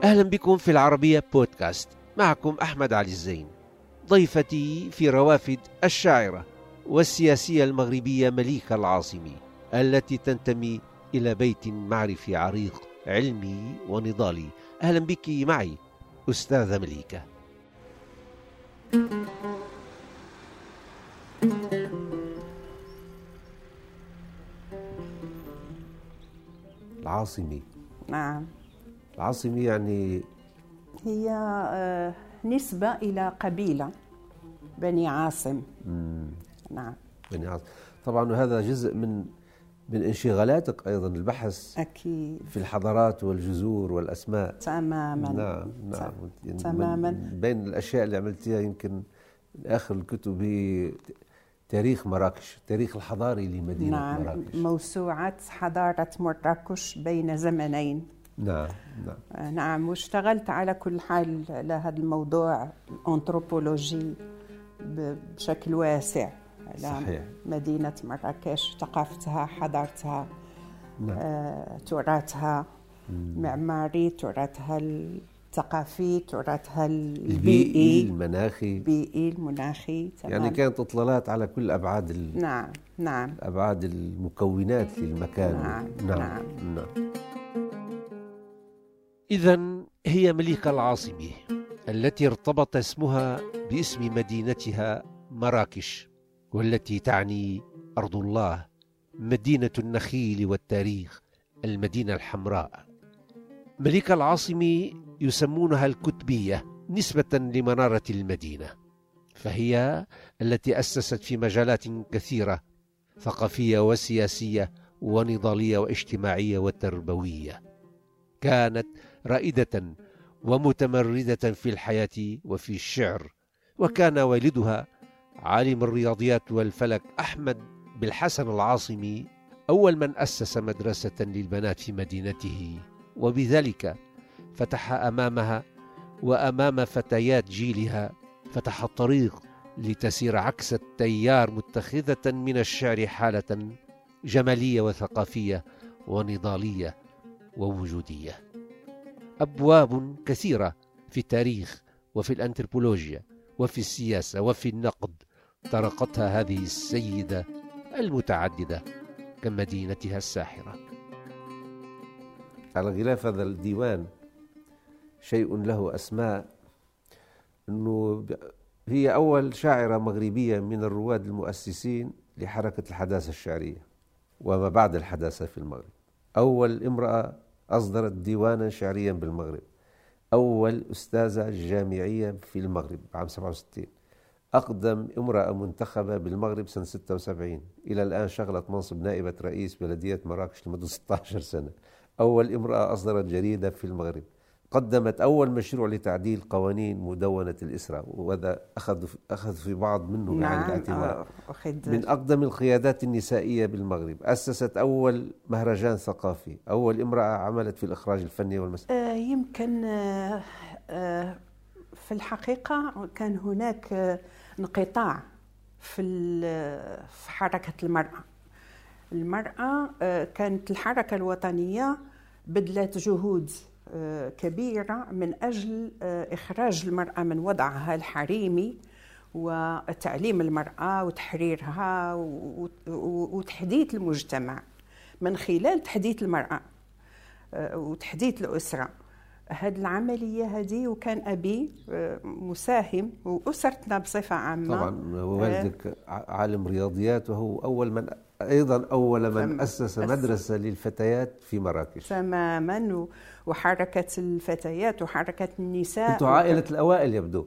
أهلا بكم في العربية بودكاست. معكم أحمد علي الزين. ضيفتي في روافد الشاعرة والسياسية المغربية مليكة العاصمي، التي تنتمي إلى بيت معرفي عريق علمي ونضالي. أهلا بك معي أستاذة مليكة. العاصمي. نعم، العاصمي يعني هي نسبة إلى قبيلة بني عاصم. نعم، بني عاصم طبعا، وهذا جزء من انشغالاتك أيضا، البحث أكيد في الحضارات والجذور والأسماء. تماما. نعم يعني تماما. بين الأشياء اللي عملتها يمكن من آخر الكتب هي تاريخ مراكش، التاريخ الحضاري لمدينة مراكش. موسوعة حضارة مراكش بين زمنين. نعم. واشتغلت على كل حال على هذا الموضوع الأنثروبولوجي بشكل واسع. صحيح. مدينة مراكش، ثقافتها، حضارتها، تراثها المعماري، تراثها الثقافي، تراثها البيئي، المناخي. يعني كانت اطلالات على كل أبعاد نعم أبعاد المكونات للمكان. نعم. إذن هي مليكة العاصمي التي ارتبط اسمها باسم مدينتها مراكش، والتي تعني أرض الله، مدينة النخيل والتاريخ، المدينة الحمراء. مليكة العاصمي يسمونها الكتبية نسبة لمنارة المدينة، فهي التي أسست في مجالات كثيرة، ثقافية وسياسية ونضالية واجتماعية وتربوية. كانت رائدة ومتمردة في الحياة وفي الشعر، وكان والدها عالم الرياضيات والفلك أحمد بالحسن العاصمي أول من أسس مدرسة للبنات في مدينته، وبذلك فتح أمامها وأمام فتيات جيلها فتح الطريق لتسير عكس التيار، متخذة من الشعر حالة جمالية وثقافية ونضالية ووجودية. أبواب كثيرة في التاريخ وفي الأنثروبولوجيا وفي السياسة وفي النقد طرقتها هذه السيدة المتعددة كمدينتها الساحرة. على غلاف هذا الديوان شيء له أسماء، أنه هي أول شاعرة مغربية من الرواد المؤسسين لحركة الحداثة الشعرية وما بعد الحداثة في المغرب، أول امرأة أصدرت ديوانا شعريا بالمغرب، أول أستاذة جامعية في المغرب عام 67، أقدم امرأة منتخبة بالمغرب سنة 76، إلى الآن شغلت منصب نائبة رئيس بلدية مراكش لمدة 16 سنة، أول امرأة أصدرت جريدة في المغرب، قدمت أول مشروع لتعديل قوانين مدونة الإسرة، وهذا أخذ في بعض منه بعين الاعتبار. من أقدم القيادات النسائية بالمغرب، أسست أول مهرجان ثقافي، أول امرأة عملت في الإخراج الفني والمسرحي. يمكن في الحقيقة كان هناك انقطاع في حركة المرأة. كانت الحركة الوطنية بذلت جهود كبيرة من أجل إخراج المرأة من وضعها الحريمي وتعليم المرأة وتحريرها وتحديث المجتمع من خلال تحديث المرأة وتحديث الأسرة. هذه العملية هذه، وكان أبي مساهم وأسرتنا بصفة عامة. طبعا والدك عالم رياضيات، وهو أول من أسس مدرسة للفتيات في مراكش. تماما. وحركة الفتيات وحركة النساء. أنتوا عائلة الأوائل يبدو.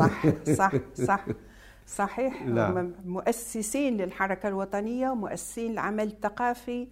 صحيح. نعم. مؤسسين للحركة الوطنية ومؤسسين للعمل الثقافي.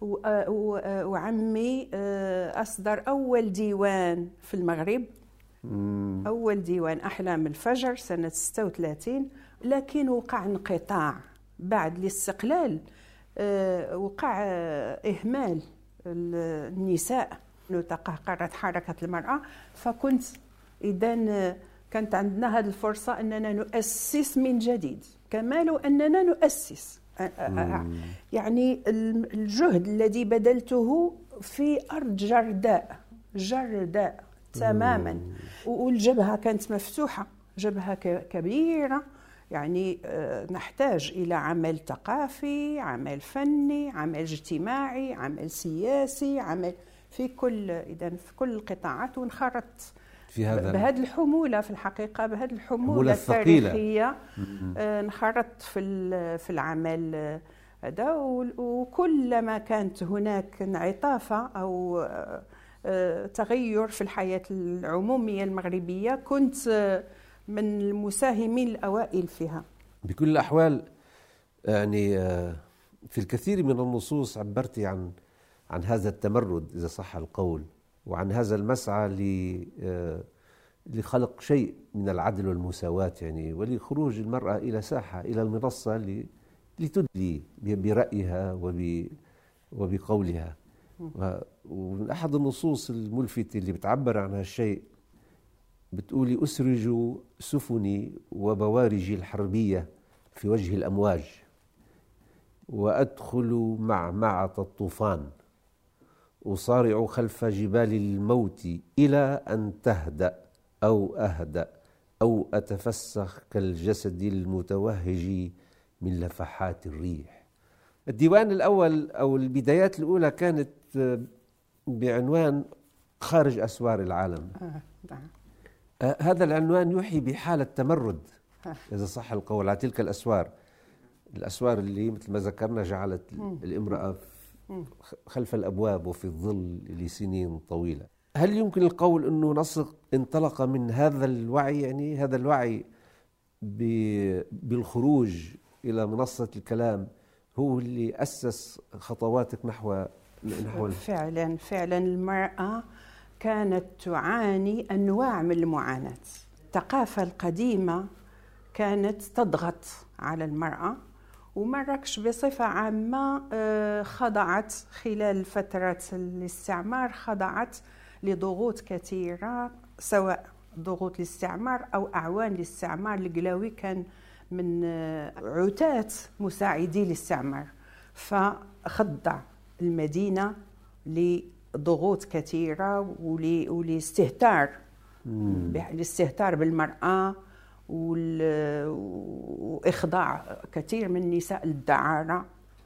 وعمي أصدر أول ديوان في المغرب، أول ديوان أحلام الفجر سنة 36. لكن وقع انقطاع بعد الاستقلال، وقع إهمال النساء، تقهقرت حركة المرأة. فكنت كانت عندنا هذه الفرصة أننا نؤسس من جديد، كمال أننا نؤسس. يعني الجهد الذي بذلته في أرض جرداء تماما. والجبهة كانت مفتوحة، جبهة كبيرة، يعني نحتاج إلى عمل ثقافي، عمل فني، عمل اجتماعي، عمل سياسي، عمل في كل القطاعات. وانخرطت في هذا بهذه الحمولة، في الحقيقة بهذه الحمولة التاريخية انخرطت في العمل هذا. وكلما كانت هناك انعطافة أو تغير في الحياة العمومية المغربية كنت من المساهمين الأوائل فيها. بكل الأحوال يعني في الكثير من النصوص عبرتي عن هذا التمرد إذا صح القول، وعن هذا المسعى لخلق شيء من العدل والمساواة، يعني ولخروج المرأة إلى ساحة، إلى المنصة لتدلي برأيها وبقولها. ومن أحد النصوص الملفتة اللي بتعبر عن هالشيء بتقولي: أسرج سفني وبوارجي الحربية في وجه الأمواج، وأدخل معمعة الطوفان، أصارع خلف جبال الموت إلى أن تهدأ أو أهدأ أو أتفسخ كالجسد المتوهج من لفحات الريح. الديوان الأول أو البدايات الأولى كانت بعنوان خارج أسوار العالم. هذا العنوان يوحي بحالة تمرد إذا صح القول على تلك الأسوار اللي مثل ما ذكرنا جعلت الامرأة خلف الأبواب وفي الظل لسنين طويلة. هل يمكن القول أنه نسق انطلق من هذا الوعي، يعني هذا الوعي بالخروج إلى منصة الكلام هو اللي أسس خطواتك نحو فعلا المرأة كانت تعاني أنواع من المعاناة. الثقافة القديمة كانت تضغط على المرأة، ومراكش بصفة عامة خضعت خلال فترة الاستعمار، خضعت لضغوط كثيرة، سواء ضغوط الاستعمار أو أعوان الاستعمار. القلاوي كان من عتاة مساعدي الاستعمار، فخضع المدينة لضغوط كثيرة ولاستهتار بالمرأة وإخضاع كثير من النساء للدعارة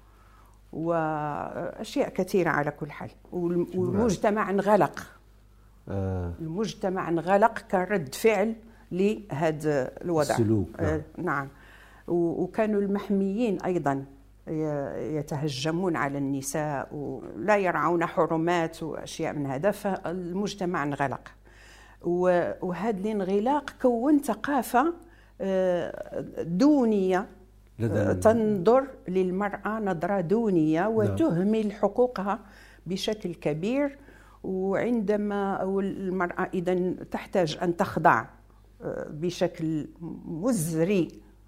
وأشياء كثيرة. على كل حال والمجتمع انغلق. المجتمع انغلق كرد فعل لهذا الوضع. السلوك. نعم. وكانوا المحميين أيضا يتهجمون على النساء ولا يرعون حرمات وأشياء من هذا، فالمجتمع انغلق. وهذا الانغلاق كون ثقافة دونية تنظر للمرأة نظرة دونية وتهمل حقوقها بشكل كبير. وعندما المرأة إذن تحتاج أن تخضع بشكل مزري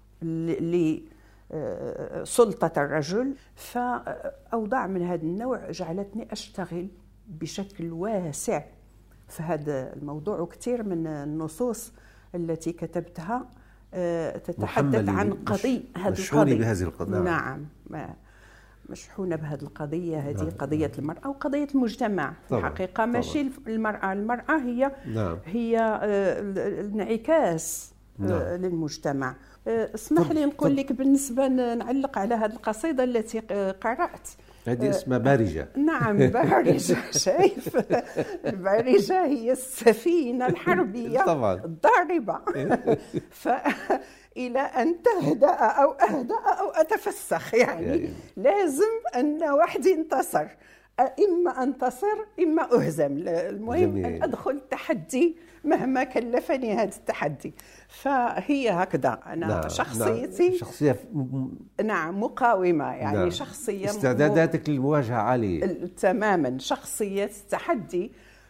لسلطة الرجل، فأوضاع من هذا النوع جعلتني أشتغل بشكل واسع في هذا الموضوع. وكثير من النصوص التي كتبتها تتحدث عن قضية مشحونة بهذه القضية. نعم، مشحونة بهذه القضية. هذه قضية المرأة وقضية المجتمع في الحقيقة. ماشي المرأة هي الانعكاس للمجتمع. اسمح لي نقول لك بالنسبة نعلق على هذه القصيدة التي قرأت. هذه اسمها بارجة. نعم، بارجة. شايف، البارجة هي السفينة الحربية طبعا الضاربة. إلى أن تهدأ أو أهدأ أو أتفسخ، يعني لازم أن واحد ينتصر، إما أنتصر إما أهزم. المهم أن أدخل تحدي مهما كلفني هذا التحدي. فهي هكذا أنا شخصيتي شخصية مقاومة، يعني شخصية استعداداتك للمواجهة عالية تماما، شخصية تحدي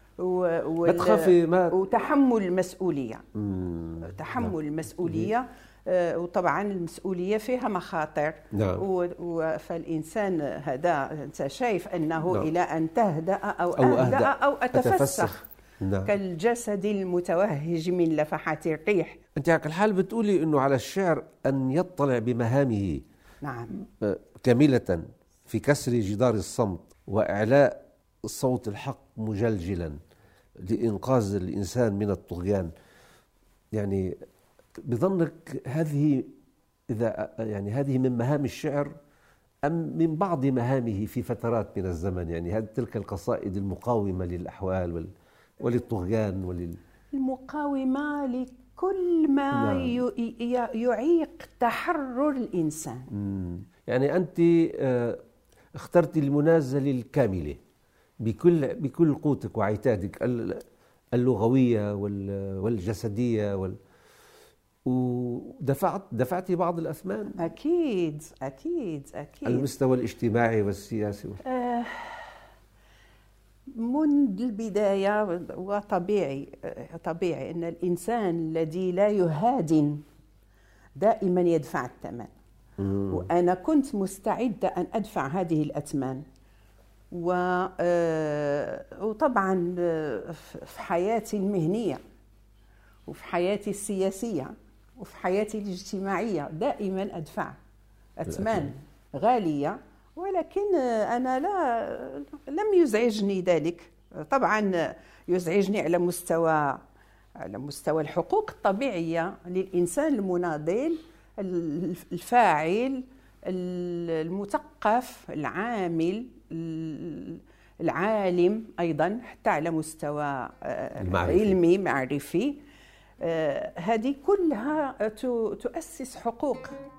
وتحمل المسؤولية. تحمل المسؤولية. وطبعا المسؤولية فيها مخاطر. فالإنسان هذا أنت شايف أنه إلى أن تهدأ أو أهدأ أو أتفسخ كالجسد المتوهج من لفحات الريح. أنت على الحال بتقولي أنه على الشعر أن يطلع بمهامه كاملة في كسر جدار الصمت وإعلاء صوت الحق مجلجلا لإنقاذ الإنسان من الطغيان. يعني بظنك هذه يعني هذه من مهام الشعر أم من بعض مهامه في فترات من الزمن؟ يعني هذه تلك القصائد المقاومة للأحوال وللطغيان المقاومة لكل ما يعيق تحرر الإنسان. يعني أنت اخترت المنازلة الكاملة بكل قوتك وعتادك اللغوية والجسدية ودفعت بعض الأثمان. أكيد. المستوى الاجتماعي والسياسي منذ البداية. وطبيعي أن الإنسان الذي لا يهادن دائما يدفع الثمن. وأنا كنت مستعدة أن أدفع هذه الأثمان. وطبعا في حياتي المهنية وفي حياتي السياسية وفي حياتي الاجتماعية دائما أدفع أثمان غالية، ولكن أنا لم يزعجني ذلك. طبعا يزعجني على مستوى الحقوق الطبيعية للإنسان المناضل الفاعل المثقف العامل العالم أيضا، حتى على مستوى علمي معرفي. هذه كلها تؤسس حقوق.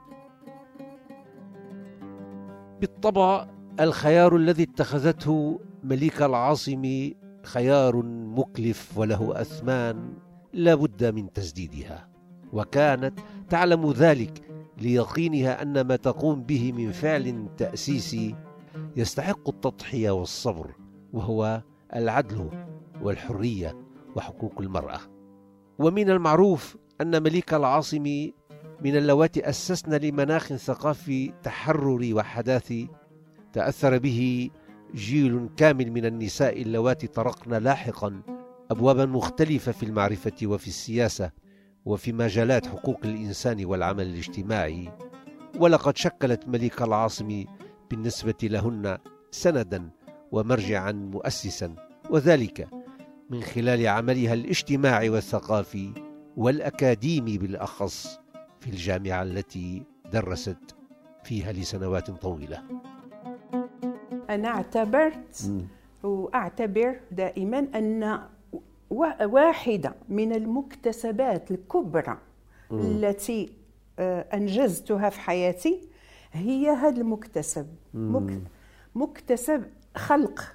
بالطبع الخيار الذي اتخذته مليكة العاصمة خيار مكلف وله أثمان لا بد من تسديدها، وكانت تعلم ذلك ليقينها أن ما تقوم به من فعل تأسيسي يستحق التضحية والصبر، وهو العدل والحرية وحقوق المرأة. ومن المعروف أن مليكة العاصمة من اللواتي أسسن لمناخ ثقافي تحرري وحداثي تأثر به جيل كامل من النساء اللواتي طرقن لاحقا أبوابا مختلفة في المعرفة وفي السياسة وفي مجالات حقوق الإنسان والعمل الاجتماعي. ولقد شكلت مليكة العاصمة بالنسبة لهن سندا ومرجعا مؤسسا، وذلك من خلال عملها الاجتماعي والثقافي والأكاديمي بالأخص في الجامعة التي درست فيها لسنوات طويلة. أنا اعتبرت وأعتبر دائما أن واحدة من المكتسبات الكبرى التي أنجزتها في حياتي هي هذا المكتسب. مكتسب خلق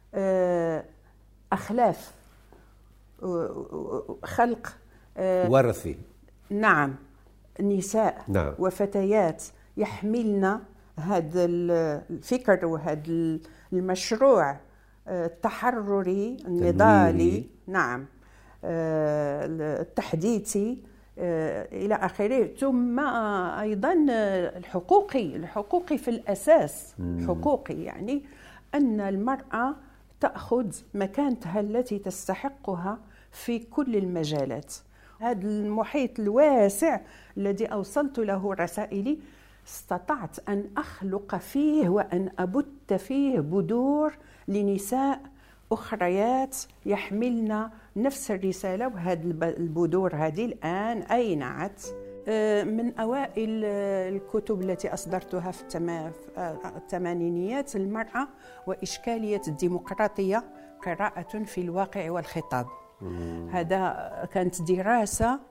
أخلاف، خلق ورثي. نعم، نساء نعم. وفتيات يحملن هذا الفكر وهذا المشروع التحرري النضالي، نعم، التحديثي إلى آخره. ثم أيضا الحقوقي في الأساس. حقوقي يعني أن المرأة تأخذ مكانتها التي تستحقها في كل المجالات. هذا المحيط الواسع الذي أوصلت له رسائلي استطعت أن أخلق فيه وأن أبت فيه بذور لنساء أخريات يحملن نفس الرسالة. وهذه البذور هذه الآن أينعت. من أوائل الكتب التي أصدرتها في الثمانينيات المرأة وإشكالية الديمقراطية، قراءة في الواقع والخطاب. هذا كانت دراسة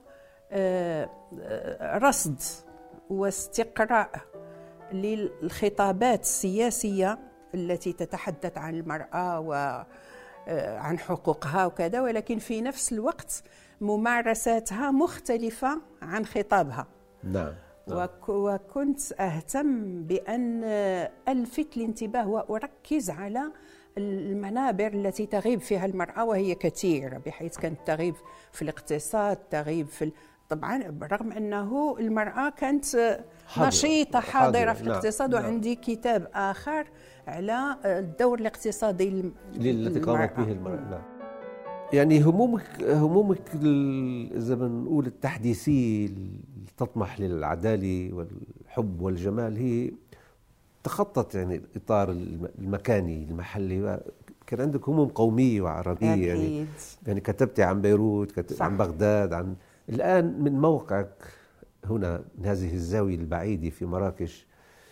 رصد واستقراء للخطابات السياسية التي تتحدث عن المرأة وعن حقوقها وكذا، ولكن في نفس الوقت ممارساتها مختلفة عن خطابها. نعم. وكنت أهتم بأن ألفت الانتباه وأركز على المنابر التي تغيب فيها المرأة، وهي كثيرة، بحيث كانت تغيب في الاقتصاد، تغيب في طبعا رغم أنه المرأة كانت نشيطة حاضرة في الاقتصاد. وعندي كتاب آخر على الدور الاقتصادي التي قامت به المرأة. نعم. يعني همومك إذا بنقول التحديثية اللي تطمح للعدالة والحب والجمال هي تخطت يعني الإطار المكاني المحلي، كان عندك هموم قومية وعربية. يعني كتبتي عن بيروت، كتبتي عن بغداد، الآن من موقعك هنا من هذه الزاوية البعيدة في مراكش،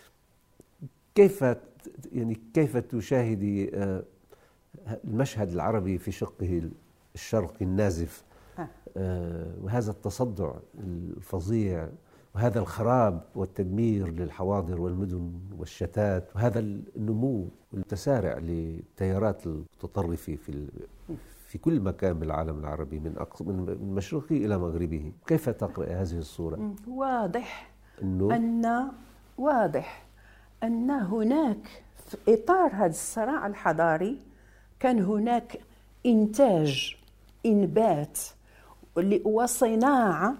كيف تشاهدي المشهد العربي في شقه الشرقي النازف، وهذا التصدع الفظيع وهذا الخراب والتدمير للحواضر والمدن والشتات، وهذا النمو المتسارع للتيارات المتطرفة في كل مكان بالعالم العربي من مشرقه إلى مغربه. كيف تقرأ هذه الصورة؟ واضح أن هناك في إطار هذا الصراع الحضاري كان هناك إنبات وصناعة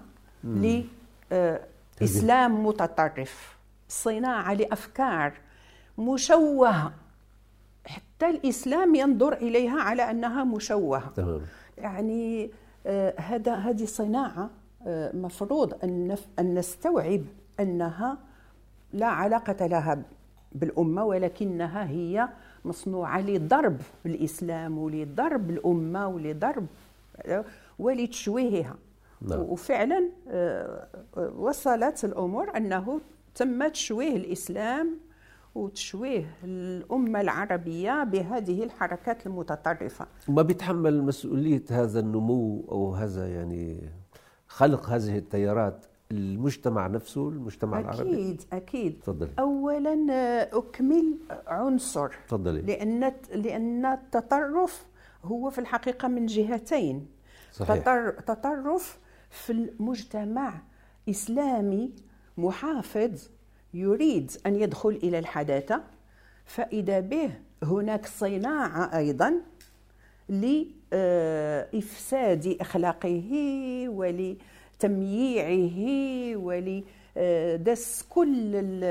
لإسلام متطرف، صناعة لأفكار مشوهة، حتى الإسلام ينظر إليها على أنها مشوهة. يعني هذه صناعة مفروض أن نستوعب أنها لا علاقة لها بالأمة، ولكنها هي مصنوعة لضرب الإسلام ولضرب الأمة ولتشويهها. وفعلا وصلت الأمور أنه تم تشويه الإسلام وتشويه الأمة العربية بهذه الحركات المتطرفة. ما بيتحمل مسؤولية هذا النمو أو هذا يعني خلق هذه التيارات المجتمع نفسه، المجتمع العربي؟ أكيد. تفضلي. أولا أكمل عنصر. تفضلي. لأن التطرف هو في الحقيقة من جهتين. صحيح. تطرف في المجتمع إسلامي محافظ يريد أن يدخل إلى الحداثة، فإذا به هناك صناعة أيضا لإفساد أخلاقه ولتمييعه ولدس كل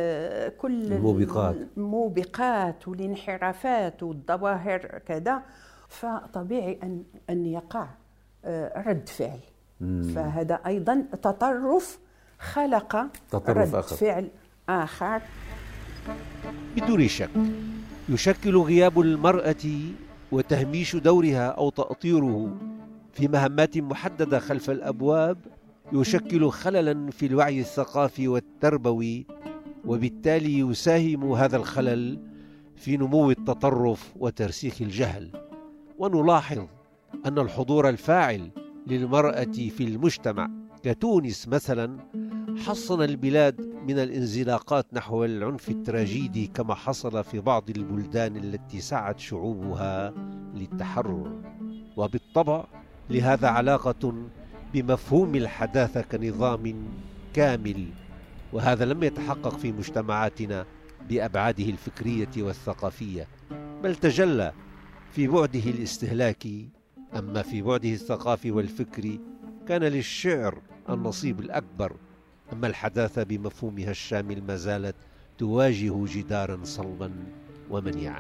الموبقات والانحرافات والظواهر كذا، فطبيعي أن يقع رد فعل. فهذا أيضا تطرف خلق رد فعل آخر. بدون شك يشكل غياب المرأة وتهميش دورها أو تأطيره في مهمات محددة خلف الأبواب يشكل خللا في الوعي الثقافي والتربوي، وبالتالي يساهم هذا الخلل في نمو التطرف وترسيخ الجهل. ونلاحظ أن الحضور الفاعل للمرأة في المجتمع كتونس مثلا حصن البلاد من الانزلاقات نحو العنف التراجيدي كما حصل في بعض البلدان التي سعت شعوبها للتحرر. وبالطبع لهذا علاقة بمفهوم الحداثة كنظام كامل، وهذا لم يتحقق في مجتمعاتنا بأبعاده الفكرية والثقافية، بل تجلى في بعده الاستهلاكي. أما في بعده الثقافي والفكري كان للشعر النصيب الأكبر، أما الحداثة بمفهومها الشامل ما زالت تواجه جدارا صلبا ومنيعا.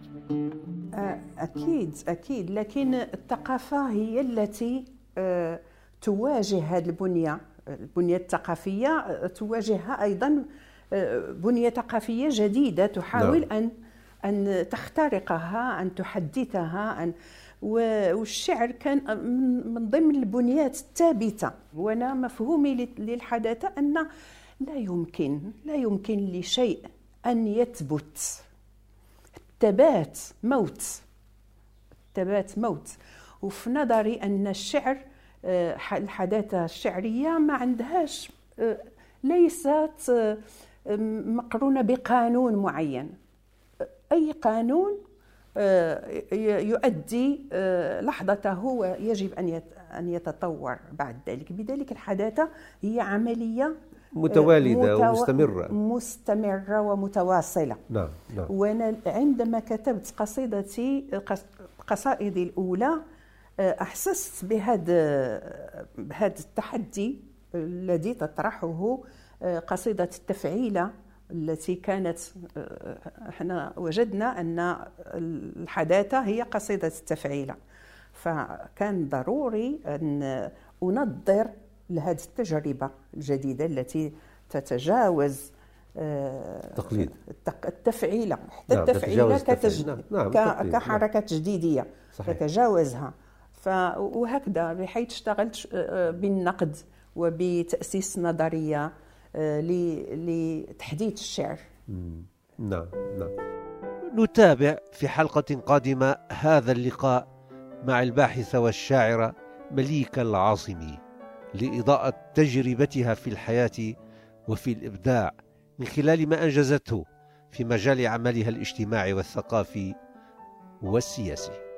أكيد، لكن الثقافة هي التي تواجه هذه البنية الثقافية، تواجهها أيضا بنية ثقافية جديدة تحاول أن تخترقها، أن تحدثها، والشعر كان من ضمن البنيات الثابتة. وانا مفهومي للحداثة أن لا يمكن لشيء أن يثبت. الثبات موت. وفي نظري أن الشعر، الحداثة الشعرية ما عندهاش، ليست مقرونة بقانون معين. أي قانون يؤدي لحظته ويجب أن يتطور بعد ذلك. بذلك الحداثة هي عملية متوالدة ومستمرة ومتواصلة. نعم. وأنا عندما كتبت قصائدي الأولى أحسست بهذا التحدي الذي تطرحه قصيدة التفعيلة، التي كانت، احنا وجدنا أن الحداثة هي قصيدة التفعيلة، فكان ضروري أن أنظر لهذه التجربة الجديدة التي تتجاوز تقليد التفعيلة، حتى التفعيلة كحركة جديدية تتجاوزها. وهكذا بحيث اشتغلت بالنقد وبتأسيس نظرية لتحديث الشعر. نعم. نتابع في حلقة قادمة هذا اللقاء مع الباحثة والشاعرة مليكة العاصمي لإضاءة تجربتها في الحياة وفي الإبداع من خلال ما أنجزته في مجال عملها الاجتماعي والثقافي والسياسي.